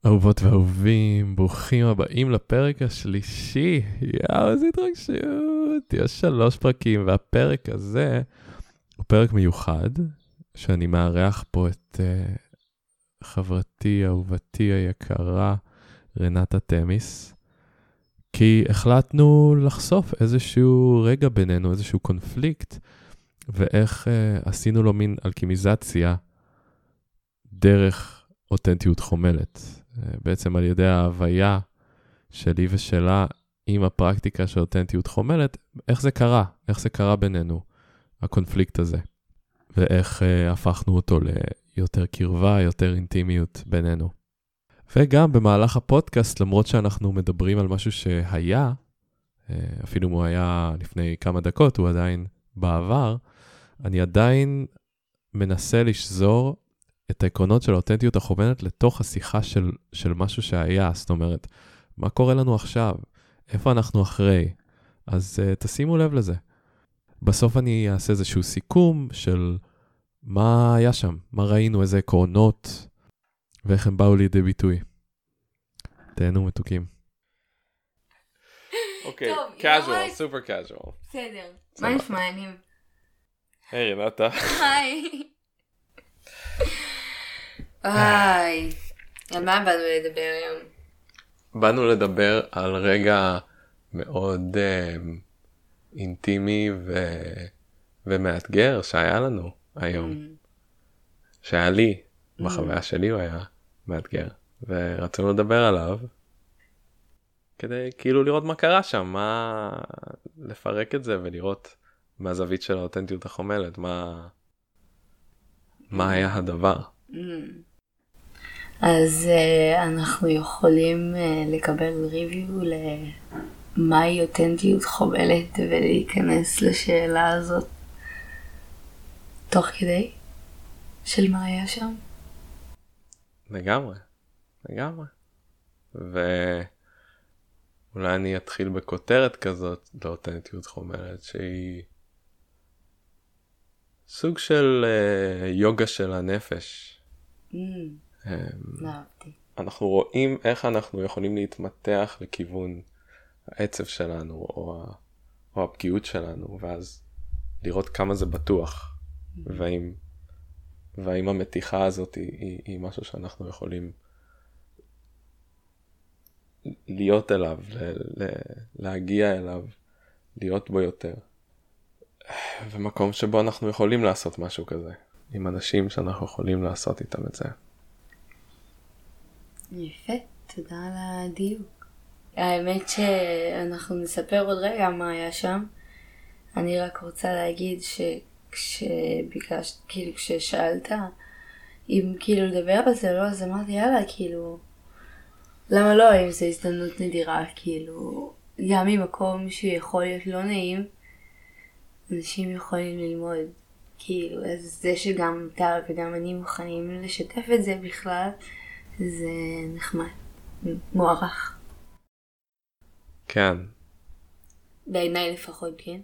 אהובות ואהובים, ברוכים הבאים לפרק השלישי. יאו, איזה התרגשות. יש 3 פרקים, והפרק הזה הוא פרק מיוחד, שאני מארח פה את חברתי, אהובתי היקרה, רנטה תמיס, כי החלטנו לחשוף איזשהו רגע בינינו, איזשהו קונפליקט, ואיך עשינו לו מין אלכימיזציה דרך אותנטיות חומלת. בעצם על ידי ההוויה שלי ושלה עם הפרקטיקה של אותנטיות חומלת, איך זה קרה בינינו, הקונפליקט הזה, ואיך הפכנו אותו ליותר קרבה, יותר אינטימיות בינינו. וגם במהלך הפודקאסט, למרות שאנחנו מדברים על משהו שהיה, אפילו אם הוא היה לפני כמה דקות, הוא עדיין בעבר, אני עדיין מנסה לשזור את העקרונות של האותנטיות החומלת לתוך השיחה של משהו שהיה. זאת אומרת, מה קורה לנו עכשיו? איפה אנחנו אחרי? אז תשימו לב לזה. בסוף אני אעשה איזשהו סיכום של מה היה שם, מה ראינו, איזה עקרונות, ואיך הם באו לידי ביטוי. תהנו מתוקים. אוקיי, casual, super casual. בסדר. מה נשמע? היי, רנטה. היי. היי. על מה באנו לדבר היום? באנו לדבר על רגע מאוד אינטימי ומאתגר שהיה לנו היום. שהיה לי, בחוויה שלי הוא היה מאתגר. ורצינו לדבר עליו, כדי כאילו לראות מה קרה שם, לפרק את זה ולראות מהזווית של האותנטיות החומלת, מה היה הדבר. אז אנחנו יכולים לקבל ריוויו למהי אותנטיות חומלת ולהיכנס לשאלה הזאת תוך כדי של מה היה שם. לגמרי. ואולי אני אתחיל בכותרת כזאת לאותנטיות חומלת, שהיא סוג של יוגה של הנפש. אהבתי. אנחנו רואים איך אנחנו יכולים להתמתח לכיוון העצב שלנו או הפגיעות שלנו, ואז לראות כמה זה בטוח, והאם המתיחה הזאת היא משהו שאנחנו יכולים להיות אליו, להגיע אליו, להיות בו יותר. ומקום שבו אנחנו יכולים לעשות משהו כזה, עם אנשים שאנחנו יכולים לעשות איתם את זה. יפה, תודה על הדיוק. האמת שאנחנו נספר עוד רגע מה היה שם. אני רק רוצה להגיד כששאלת אם כאילו לדבר על זה, לא, אז אמרתי יאללה, כאילו, למה לא, אם זו הזדמנות נדירה, כאילו, גם ממקום שיכול להיות לא נעים, אנשים יכולים ללמוד, כאילו, אז זה שגם אתה וגם אני מוכנים לשתף את זה בכלל, זה נחמד, מוערך. כן. בעיניי לפחות, כן?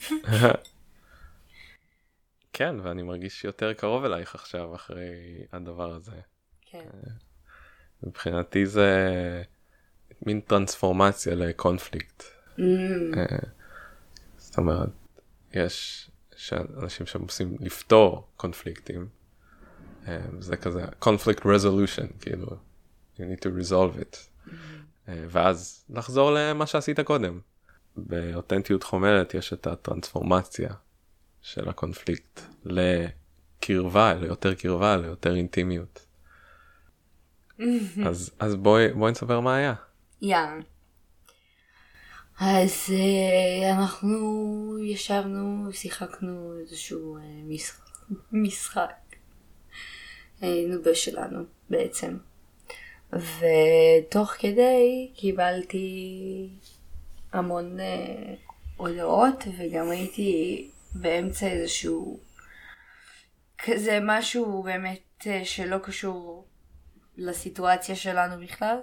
כן, ואני מרגיש יותר קרוב אלייך עכשיו אחרי הדבר הזה. כן. מבחינתי זה מין טרנספורמציה לקונפליקט. זאת אומרת, יש אנשים שעושים לפתור קונפליקטים, זה כזה, conflict resolution, כאילו, you need to resolve it. ואז לחזור למה שעשית קודם. באותנטיות חומלת יש את הטרנספורמציה של הקונפליקט לקרבה, ליותר קרבה, ליותר אינטימיות. אז בואי נספר מה היה. אז אנחנו ישבנו, שיחקנו איזשהו משחק. היינו בשלנו בעצם. ותוך כדי קיבלתי המון הודעות, וגם הייתי באמצע איזשהו כזה משהו באמת שלא קשור לסיטואציה שלנו בכלל.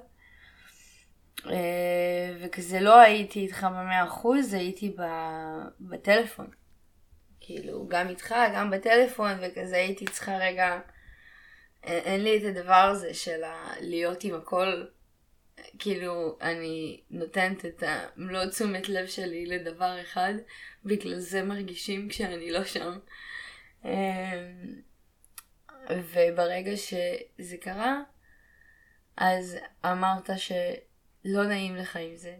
וכזה לא הייתי איתך ב100%, הייתי בטלפון. כאילו, גם איתך, גם בטלפון, וכזה הייתי צריכה רגע אין לי את הדבר הזה של להיות עם הכל, כאילו אני נותנת את מלוא תשומת לב שלי לדבר אחד, בגלל זה מרגישים כשאני לא שם. וברגע שזה קרה, אז אמרת שלא נעים לך עם זה.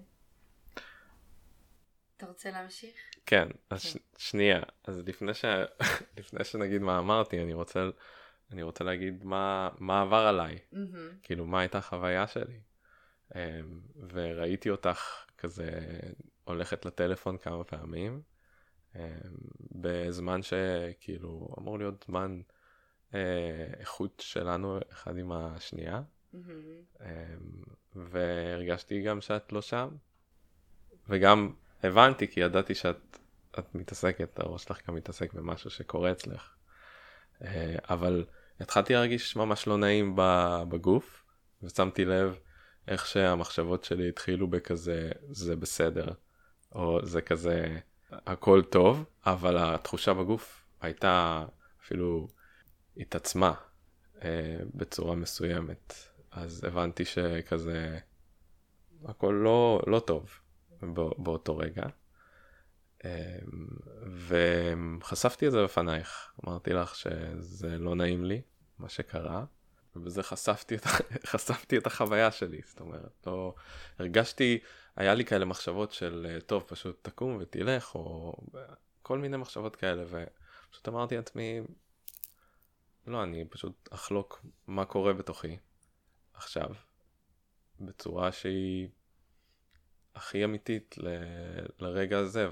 אתה רוצה להמשיך? כן, אז שנייה. אז לפני שנגיד מה אמרתי, אני רוצה להגיד מה עבר עליי. כאילו, מה הייתה החוויה שלי. וראיתי אותך כזה הולכת לטלפון כמה פעמים, בזמן שכאילו אמור להיות זמן איכות שלנו אחד עם השנייה. והרגשתי גם שאת לא שם, וגם הבנתי, כי ידעתי שאת מתעסקת, הראש שלך גם מתעסק במשהו שקורה אצלך. אבל התחלתי להרגיש ממש לא נעים בגוף, ושמתי לב איך שהמחשבות שלי התחילו בכזה, זה בסדר, או זה כזה, הכל טוב, אבל התחושה בגוף הייתה אפילו התעצמה בצורה מסוימת. אז הבנתי שכזה, הכל לא טוב באותו רגע. וחשפתי את זה בפנייך. אמרתי לך שזה לא נעים לי, מה שקרה. ובזה חשפתי את החוויה שלי. זאת אומרת, לא הרגשתי, היה לי כאלה מחשבות של, טוב, פשוט תקום ותלך, או כל מיני מחשבות כאלה. ופשוט אמרתי לעצמי, לא, אני פשוט אחלוק מה קורה בתוכי עכשיו, בצורה שהיא הכי אמיתית לרגע הזה,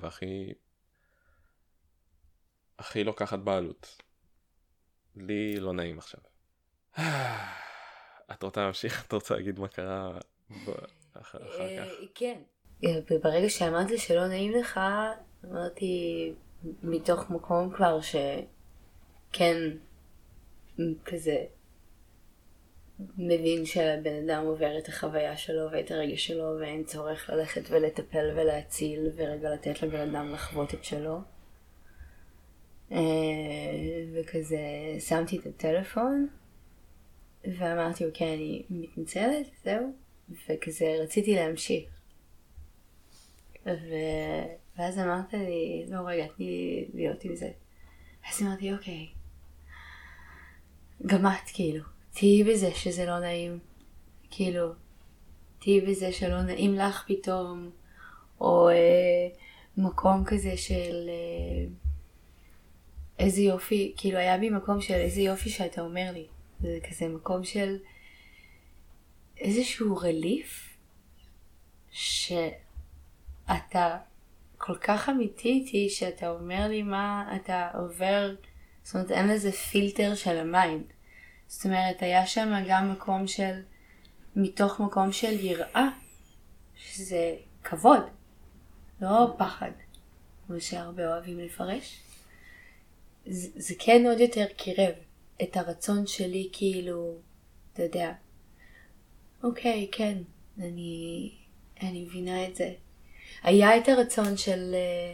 הכי לוקחת בעלות. לי לא נעים עכשיו. את רוצה להמשיך? את רוצה להגיד מה קרה אחר כך? כן. ברגע שאמרת לי שלא נעים לך, אמרתי מתוך מקום כבר שכן כזה מבין שהבן אדם עובר את החוויה שלו ואת הרגש שלו, ואין צורך ללכת ולטפל ולהציל ורגע לתת לבן אדם לחוות את שלו. וכזה שמתי את הטלפון ואמרתי אוקיי, אני מתנצלת, זהו, וכזה רציתי להמשיך. ואז אמרת לי, לא רגע, תני להיות עם זה. אז אמרתי אוקיי, גם את כאילו, תהיי בזה שזה לא נעים, כאילו, תהיי בזה שלא נעים לך פתאום, או מקום כזה של איזה יופי, כאילו היה בי מקום של איזה יופי שאתה אומר לי, זה כזה מקום של איזשהו רליף, שאתה כל כך אמיתי איתי, שאתה אומר לי מה אתה עובר, זאת אומרת אין לזה פילטר של המיינד. זאת אומרת, היה שם גם מקום של, מתוך מקום של יראה, שזה כבוד, לא פחד, כמו שהרבה אוהבים לפרש. זה כן עוד יותר קירב את הרצון שלי, כאילו, אתה יודע, אוקיי, כן, אני מבינה את זה. היה את הרצון של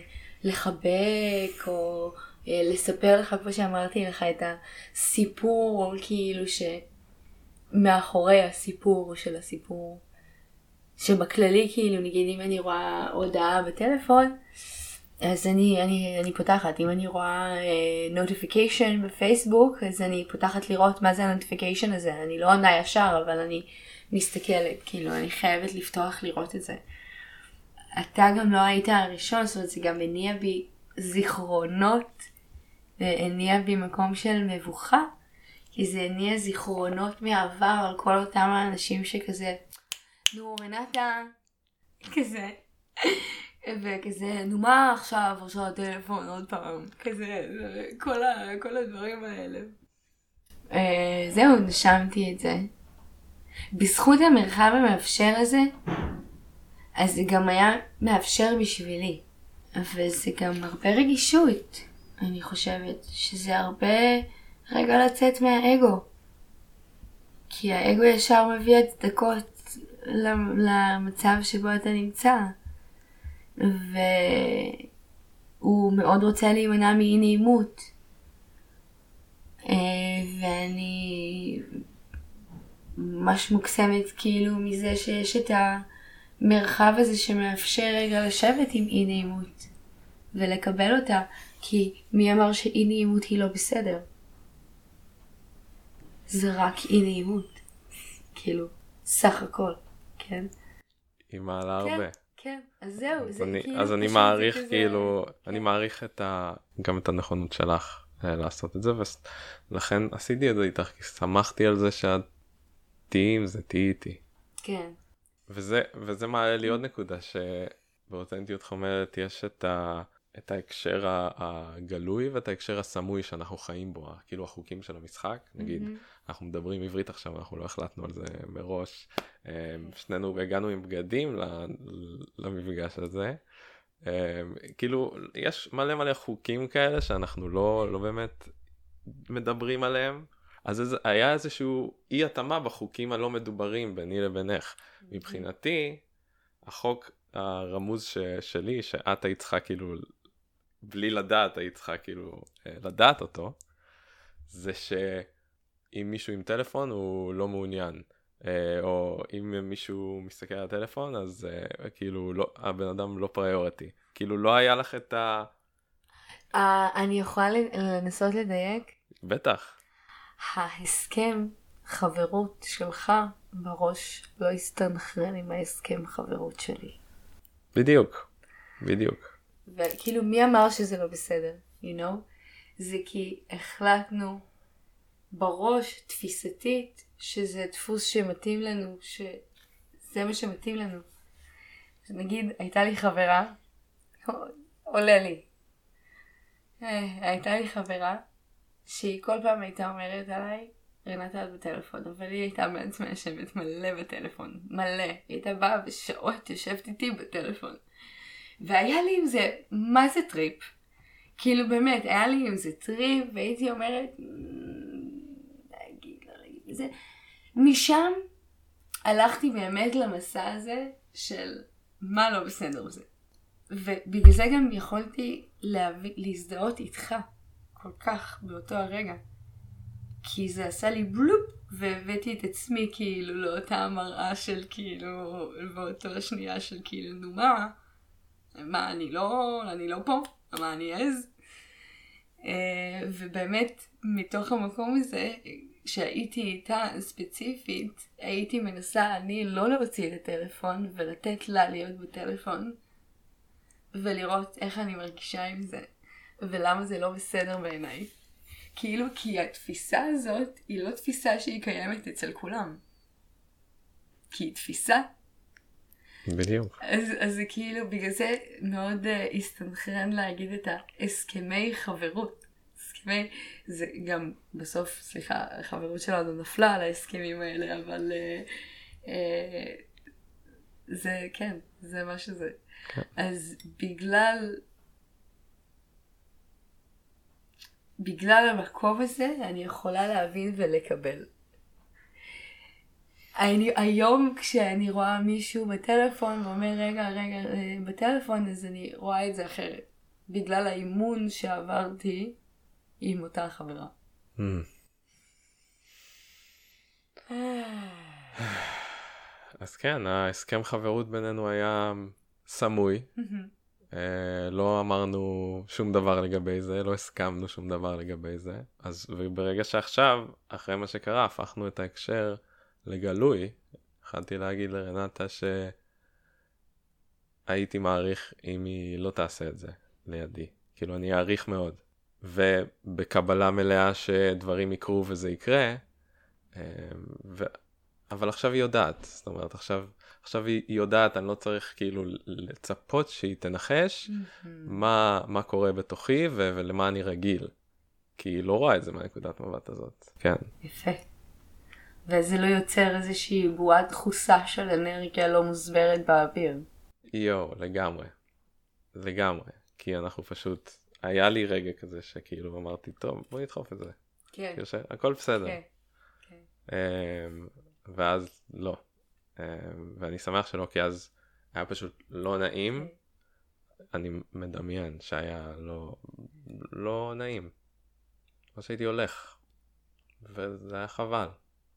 לחבק, או לספר לך, כמו שאמרתי לך, את הסיפור, כאילו שמאחורי הסיפור של הסיפור, שבכללי, כאילו, נגיד אם אני רואה הודעה בטלפון, אז אני פותחת. אם אני רואה notification בפייסבוק, אז אני פותחת לראות מה זה ה-notification הזה. אני לא עונה ישר, אבל אני מסתכלת, כאילו, אני חייבת לפתוח לראות את זה. אתה גם לא היית הראשון, זאת אומרת, זה גם הניע בי זיכרונות, הניע בי מקום של מבוכה, כי זה הניע זיכרונות מעבר על כל אותם האנשים שכזה, נו רנטה, כזה, וכזה, נו מה עכשיו, עכשיו הטלפון עוד פעם, כזה, כל הדברים האלה. זהו, נשמתי את זה. בזכות המרחב המאפשר הזה, אז זה גם היה מאפשר בשבילי, אבל זה גם הרבה רגישות. אני חושבת שזה הרבה רגע לצאת מהאגו, כי האגו ישר מביא הצדקות למצב שבו אתה נמצא, והוא מאוד רוצה להימנע מאי נעימות. ואני ממש מוקסמת כאילו מזה שיש את המרחב הזה שמאפשר רגע לשבת עם אי נעימות ולקבל אותה, כי מי אמר שאי נעימות היא לא בסדר? זה רק אי נעימות, כאילו, סך הכל, כן? היא מעלה הרבה. כן, אז זהו, זה כאילו... אז אני מעריך כאילו, אני מעריך גם את הנכונות שלך לעשות את זה, ולכן עשיתי את זה איתך, כי שמחתי על זה שאת תהיי עם זה, תהיי איתי. כן. וזה מעלה לי עוד נקודה, שבאותנטיות חומלת יש את ההקשר הגלוי ואת ההקשר הסמוי שאנחנו חיים בו, כאילו החוקים של המשחק, נגיד, אנחנו מדברים עברית עכשיו, אנחנו לא החלטנו על זה מראש, שנינו הגענו עם בגדים למפגש הזה, כאילו יש מלא חוקים כאלה שאנחנו לא באמת מדברים עליהם, אז היה איזשהו אי התאמה בחוקים הלא מדוברים ביני לבינך. מבחינתי, החוק הרמוז שלי, שאת היית צריכה כאילו, בלי לדעת, היית צריכה כאילו לדעת אותו, זה שאם מישהו עם טלפון הוא לא מעוניין, או אם מישהו מסתכל על הטלפון, אז כאילו הבן אדם לא פריוריטי. כאילו לא היה לך את אני יכולה לנסות לדייק? בטח. ההסכם חברות שלך בראש לא הסתנכרן עם ההסכם חברות שלי. בדיוק. וכאילו מי אמר שזה לא בסדר, you know? זה כי החלטנו בראש תפיסתית שזה דפוס שמתאים לנו, שזה מה שמתאים לנו. נגיד, הייתה לי חברה, עולה לי. הייתה לי חברה שהיא כל פעם הייתה אומרת עליי, רנטה את בטלפון, אבל היא הייתה בעצמה יושבת מלא בטלפון, מלא. היא הייתה באה ושעות יושבת איתי בטלפון. והיה לי עם זה, מה זה טריפ? כאילו באמת, היה לי עם זה טריפ, והייתי אומרת, להגיד זה. משם הלכתי באמת למסע הזה של מה לא בסדר בזה. ובגלל זה גם יכולתי להזדהות איתך כל כך באותו הרגע. כי זה עשה לי בלופ, והבאתי את עצמי כאילו לאותה מראה של כאילו, באותו השנייה של כאילו, נו מה, אני לא פה, מה אני עז? ובאמת, מתוך המקום הזה, שהייתי איתה ספציפית, הייתי מנסה אני לא להוציא את הטלפון, ולתת לה להיות בטלפון, ולראות איך אני מרגישה עם זה, ולמה זה לא בסדר בעיניי. כאילו, כי התפיסה הזאת היא לא תפיסה שהיא קיימת אצל כולם. כי היא תפיסה. בדיוק. אז זה כאילו, בגלל זה מאוד הסתנכרן להגיד את ההסכמי חברות. הסכמי, זה גם בסוף, סליחה, החברות שלנו נפלה על ההסכמים האלה, אבל זה, כן, זה מה שזה. כן. אז בגלל המקום הזה, אני יכולה להבין ולקבל. היום כשאני רואה מישהו בטלפון ואומר רגע בטלפון, אז אני רואה את זה אחרת. בגלל האימון שעברתי עם אותה חברה. אז כן, ההסכם חברות בינינו היה סמוי. לא אמרנו שום דבר לגבי זה, לא הסכמנו שום דבר לגבי זה. אז וברגע שעכשיו, אחרי מה שקרה, הפכנו את ההקשר לגלוי, התחלתי להגיד לרנטה שהייתי מעריך אם היא לא תעשה את זה לידי. כאילו אני אעריך מאוד. ובקבלה מלאה שדברים יקרו וזה יקרה, אבל עכשיו היא יודעת. זאת אומרת, עכשיו היא יודעת, אני לא צריך כאילו לצפות שהיא תנחש מה קורה בתוכי ולמה אני רגיל. כי היא לא רואה את זה מהנקודת מבט הזאת. כן. יפה. וזה לא יוצר איזושהי בועת דחוסה של אנרגיה לא מוסברת באוויר. לגמרי. כי אנחנו פשוט, היה לי רגע כזה שכאילו אמרתי, טוב, בוא נדחוף את זה. כן. הכל בסדר. כן. ואז לא. ואני שמח שלא, כי אז היה פשוט לא נעים. אני מדמיין שהיה לא נעים. או שהייתי הולך. וזה היה חבל.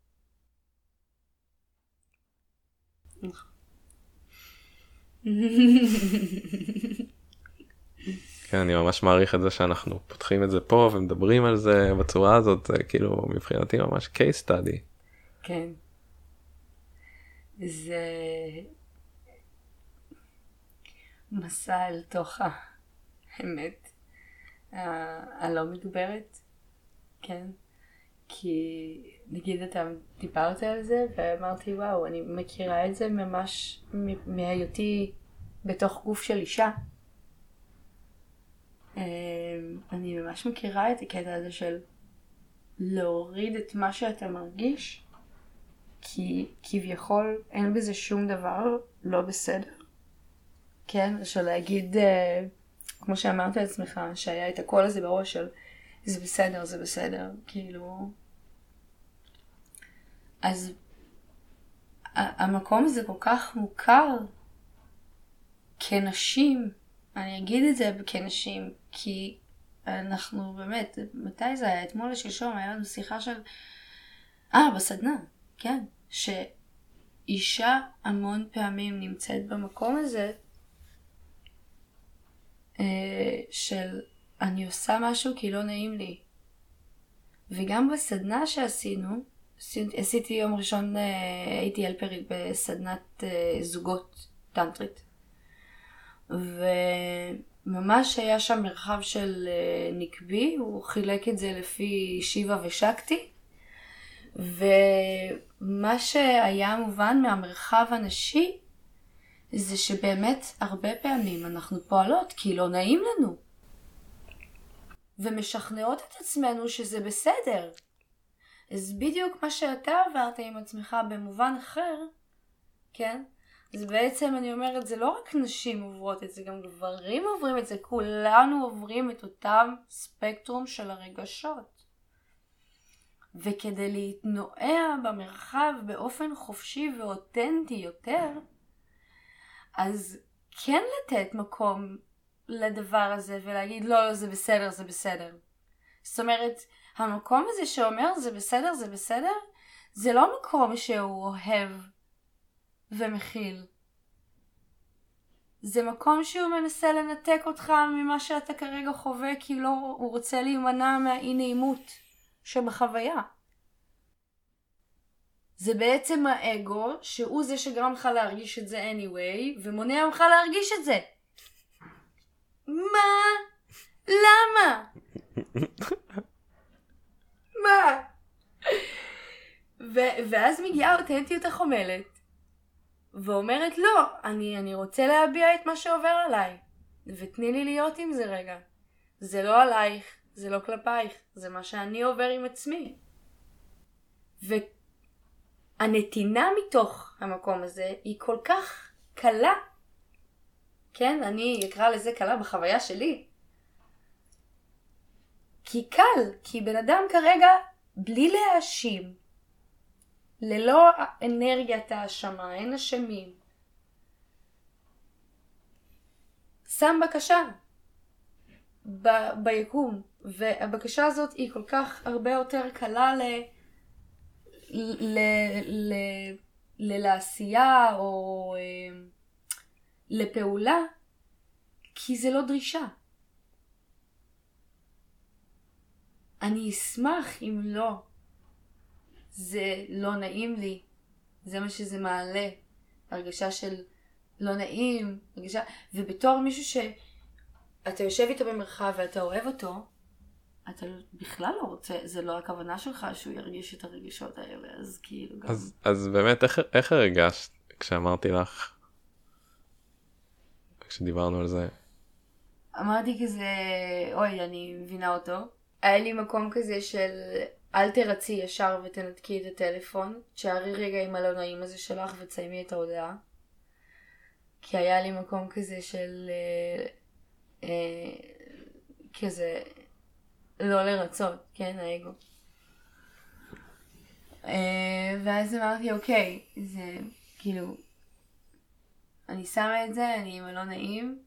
כן, אני ממש מעריך את זה שאנחנו פותחים את זה פה ומדברים על זה בצורה הזאת, זה כאילו מבחינתי ממש case study. כן. זה מסע אל תוך האמת הלא מדוברת, כן? כי נגיד אתה דיברת על זה ואמרתי וואו, אני מכירה את זה ממש מהיותי בתוך גוף של אישה. אני ממש מכירה את הקטע הזה של להוריד את מה שאתה מרגיש, כי כביכול אין בזה שום דבר לא בסדר. כן? של להגיד, כמו שאמרת לעצמך, שהיה את הקול הזה בראש של זה בסדר, זה בסדר, כאילו. אז המקום הזה כל כך מוכר כנשים, אני אגיד את זה כנשים, כי אנחנו באמת, מתי זה היה? אתמול לשלשום היה לנו שיחה של, בסדנה, כן, שאישה המון פעמים נמצאת במקום הזה, של אני עושה משהו כי לא נעים לי. וגם בסדנה שעשינו, עשיתי יום ראשון, הייתי אלפרית בסדנת זוגות טנטרית. וממש היה שם מרחב של נקבי, הוא חילק את זה לפי שיבה ושקטי. ומה שהיה מובן מהמרחב הנשי, זה שבאמת הרבה פעמים אנחנו פועלות כי לא נעים לנו. ומשכנעות את עצמנו שזה בסדר. אז בדיוק מה שאתה עברת עם עצמך במובן אחר, כן? אז בעצם אני אומרת, זה לא רק נשים עוברות את זה, גם גברים עוברים את זה, כולנו עוברים את אותם ספקטרום של הרגשות. וכדי להתנועע במרחב באופן חופשי ואותנטי יותר, אז כן לתת מקום לדבר הזה ולהגיד לא, זה בסדר, זה בסדר. זאת אומרת, המקום הזה שאומר זה בסדר, זה בסדר, זה לא מקום שהוא אוהב ומכיל. זה מקום שהוא מנסה לנתק אותך ממה שאתה כרגע חווה, כי לא, הוא רוצה להימנע מהאי נעימות שבחוויה. זה בעצם האגו, שהוא זה שגרם לך להרגיש את זה anyway, ומונע ממך להרגיש את זה. מה? למה? מה? ואז מגיעה אותנטיות החומלת, ואומרת לא, אני רוצה להביע את מה שעובר עליי, ותני לי להיות עם זה רגע. זה לא עלייך, זה לא כלפייך, זה מה שאני עובר עם עצמי. והנתינה מתוך המקום הזה היא כל כך קלה. כן, אני אקרא לזה קלה בחוויה שלי. כי קל, כי בן אדם כרגע בלי להאשים, ללא אנרגיית האשמה, אין אשמים, שם בקשה ביקום, והבקשה הזאת היא כל כך הרבה יותר קלה לעשייה או לפעולה, כי זה לא דרישה. אני אשמח אם לא. זה לא נעים לי. זה מה שזה מעלה. הרגשה של לא נעים. הרגשה... ובתור מישהו שאתה יושב איתו במרחב ואתה אוהב אותו, אתה בכלל לא רוצה, זה לא הכוונה שלך שהוא ירגיש את הרגשות האלה, אז כאילו גם... אז באמת, איך הרגשת כשאמרתי לך, כשדיברנו על זה? אמרתי כזה, אוי, אני מבינה אותו. היה לי מקום כזה של אל תרצי ישר ותנתקי את הטלפון, תשארי רגע עם הלא נעים הזה שלך ותסיימי את ההודעה. כי היה לי מקום כזה של כזה לא לרצות, כן, האגו. ואז אמרתי, אוקיי, זה כאילו, אני שמה את זה, אני עם הלא נעים,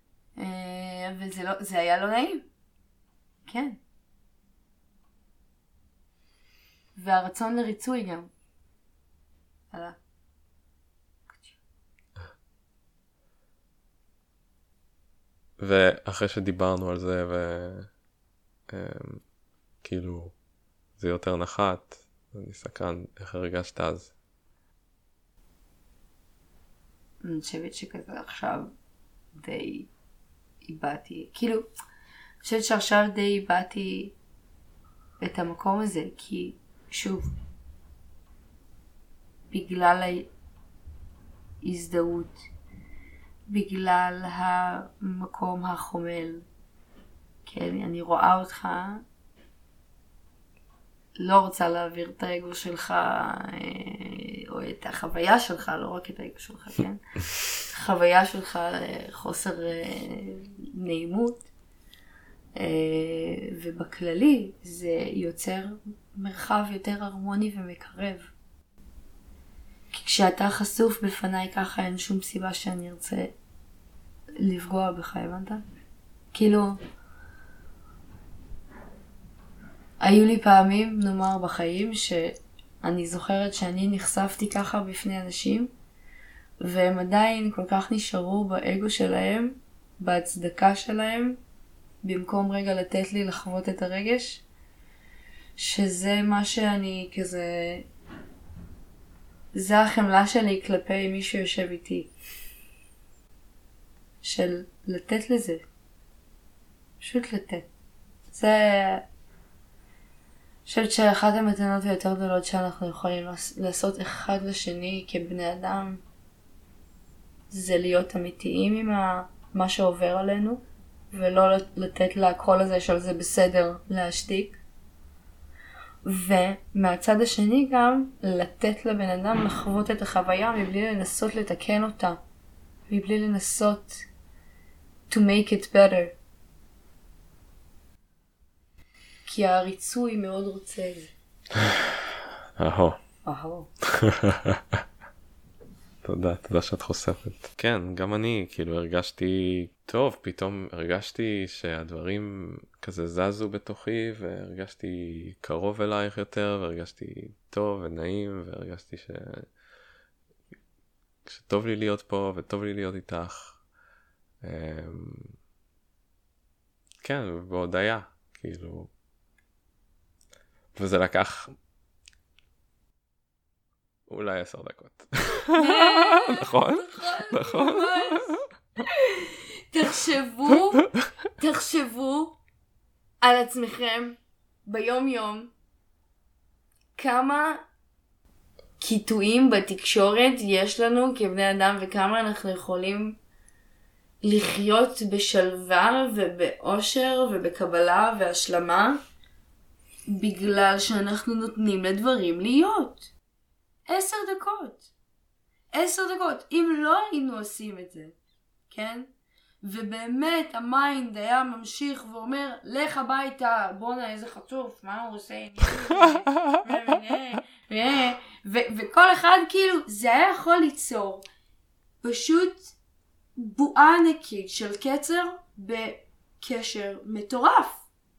וזה היה לא נעים. כן. והרצון לריצוי גם. הלאה. ואחרי שדיברנו על זה, כאילו, זה יותר נחת, אני סקרן, איך הרגשת אז? אני חושבת שכזה עכשיו די איבדתי, כאילו, אני חושבת שעכשיו די איבדתי את המקום הזה, כי שוב, בגלל ההזדהות, בגלל המקום החומל, כן, אני רואה אותך, לא רוצה להעביר את האגו שלך, או את החוויה שלך, לא רק את האגו שלך, כן? החוויה שלך לחוסר נעימות, ובכללי זה יוצר מרחב יותר הרמוני ומקרב. כי כשאתה חשוף בפניי ככה, אין שום סיבה שאני ארצה לפגוע בך, הבנת? כאילו, היו לי פעמים, נאמר בחיים, שאני זוכרת שאני נחשפתי ככה בפני אנשים, והם עדיין כל כך נשארו באגו שלהם, בהצדקה שלהם, במקום רגע לתת לי לחוות את הרגש, שזה מה שאני כזה, זה החמלה שלי כלפי מי שיושב איתי. של לתת לזה. פשוט לתת. זה, אני חושבת שאחת המתנות היותר גדולות שאנחנו יכולים לעשות אחד לשני כבני אדם, זה להיות אמיתיים עם מה שעובר עלינו, ולא לתת לקול הזה של זה בסדר להשתיק. ומהצד השני גם לתת לבן אדם לחוות את החוויה מבלי לנסות לתקן אותה, מבלי לנסות to make it better. כי הריצוי מאוד רוצה את זה. אהו. תודה שאת חושפת. כן, גם אני כאילו הרגשתי טוב, פתאום הרגשתי שהדברים כזה זזו בתוכי, והרגשתי קרוב אלייך יותר, והרגשתי טוב ונעים, והרגשתי שטוב לי להיות פה וטוב לי להיות איתך. כן, בהודעה, כאילו. וזה לקח אולי 10 דקות. נכון? נכון. תחשבו על עצמכם ביום יום כמה קיטויים בתקשורת יש לנו כבני אדם, וכמה אנחנו יכולים לחיות בשלווה ובאושר ובקבלה והשלמה בגלל שאנחנו נותנים לדברים להיות. 10 דקות. 10 דקות. אם לא היינו עושים את זה, כן? ובאמת המיינד היה ממשיך ואומר, לך הביתה, בונה איזה חצוף, מה הוא עושה? וכל אחד כאילו, זה היה יכול ליצור פשוט בועה ענקית של קצר בקשר מטורף.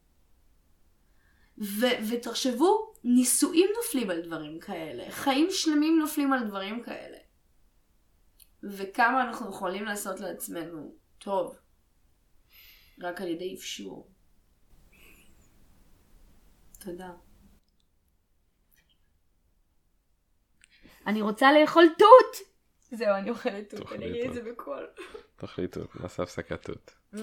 ותחשבו, נישואים נופלים על דברים כאלה, חיים שלמים נופלים על דברים כאלה. וכמה אנחנו יכולים לעשות לעצמנו טוב, רק על ידי אפשור. תודה. אני רוצה לאכול תות! זהו, אני אוכלת תות, אני אגיד את זה בקול. תאכלי תות, נעשה הפסקת תות.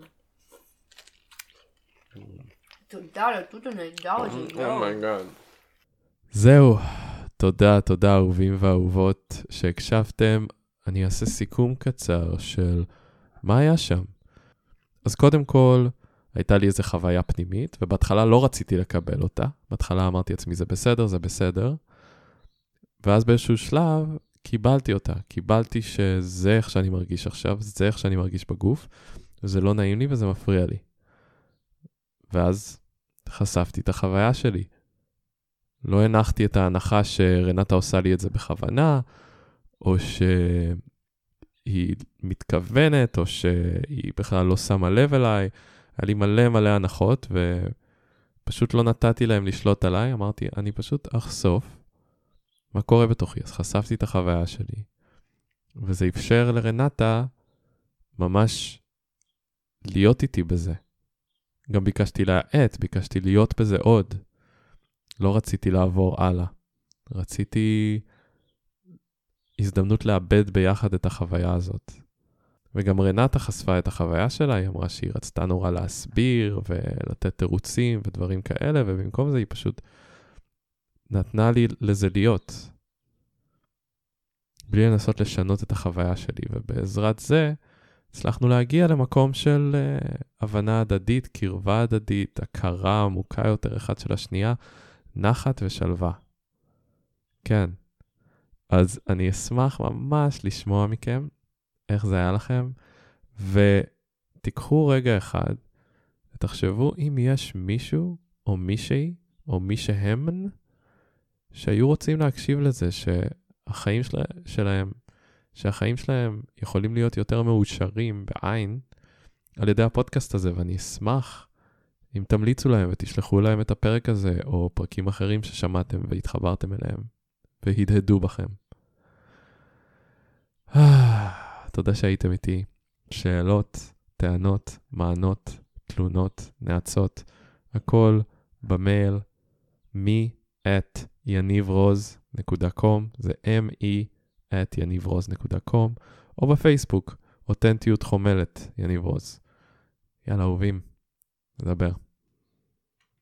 תודה לתות הנהדר הזה. אומייגאד. זהו, תודה אהובים ואהובות שהקשבתם. אני אעשה סיכום קצר של מה היה שם. אז קודם כל, הייתה לי איזו חוויה פנימית, ובהתחלה לא רציתי לקבל אותה. בהתחלה אמרתי לעצמי, זה בסדר, זה בסדר. ואז באיזשהו שלב קיבלתי אותה. קיבלתי שזה איך שאני מרגיש עכשיו, זה איך שאני מרגיש בגוף, וזה לא נעים לי וזה מפריע לי. ואז חשפתי את החוויה שלי. לא הנחתי את ההנחה שרנטה עושה לי את זה בכוונה, או שהיא מתכוונת, או שהיא בכלל לא שמה לב אליי. היה לי מלא הנחות, פשוט לא נתתי להם לשלוט עליי, אמרתי, אני פשוט אחשוף מה קורה בתוכי. אז חשפתי את החוויה שלי, וזה אפשר לרנטה ממש להיות איתי בזה. גם ביקשתי להעט, ביקשתי להיות בזה עוד. לא רציתי לעבור הלאה. רציתי הזדמנות לאבד ביחד את החוויה הזאת. וגם רנטה חשפה את החוויה שלה, היא אמרה שהיא רצתה נורא להסביר ולתת תירוצים ודברים כאלה, ובמקום זה היא פשוט נתנה לי לזה להיות. בלי לנסות לשנות את החוויה שלי, ובעזרת זה הצלחנו להגיע למקום של הבנה הדדית, קרבה הדדית, הכרה עמוקה יותר אחד של השנייה, נחת ושלווה. כן. אז אני אשמח ממש לשמוע מכם איך זה היה לכם, ותיקחו רגע אחד, ותחשבו אם יש מישהו או מישהי או מי שהם שהיו רוצים להקשיב לזה, שהחיים שלהם יכולים להיות יותר מאושרים בעין על ידי הפודקאסט הזה, ואני אשמח אם תמליצו להם ותשלחו להם את הפרק הזה, או פרקים אחרים ששמעתם והתחברתם אליהם, והדהדו בכם. תודה שהייתם איתי. שאלות, טענות, מענות, תלונות, נעצות, הכל במייל me@yanivroz.com, זה me@yanivroz.com, או בפייסבוק, אותנטיות חומלת, יניב רוז. יאללה, אהובים, נדבר.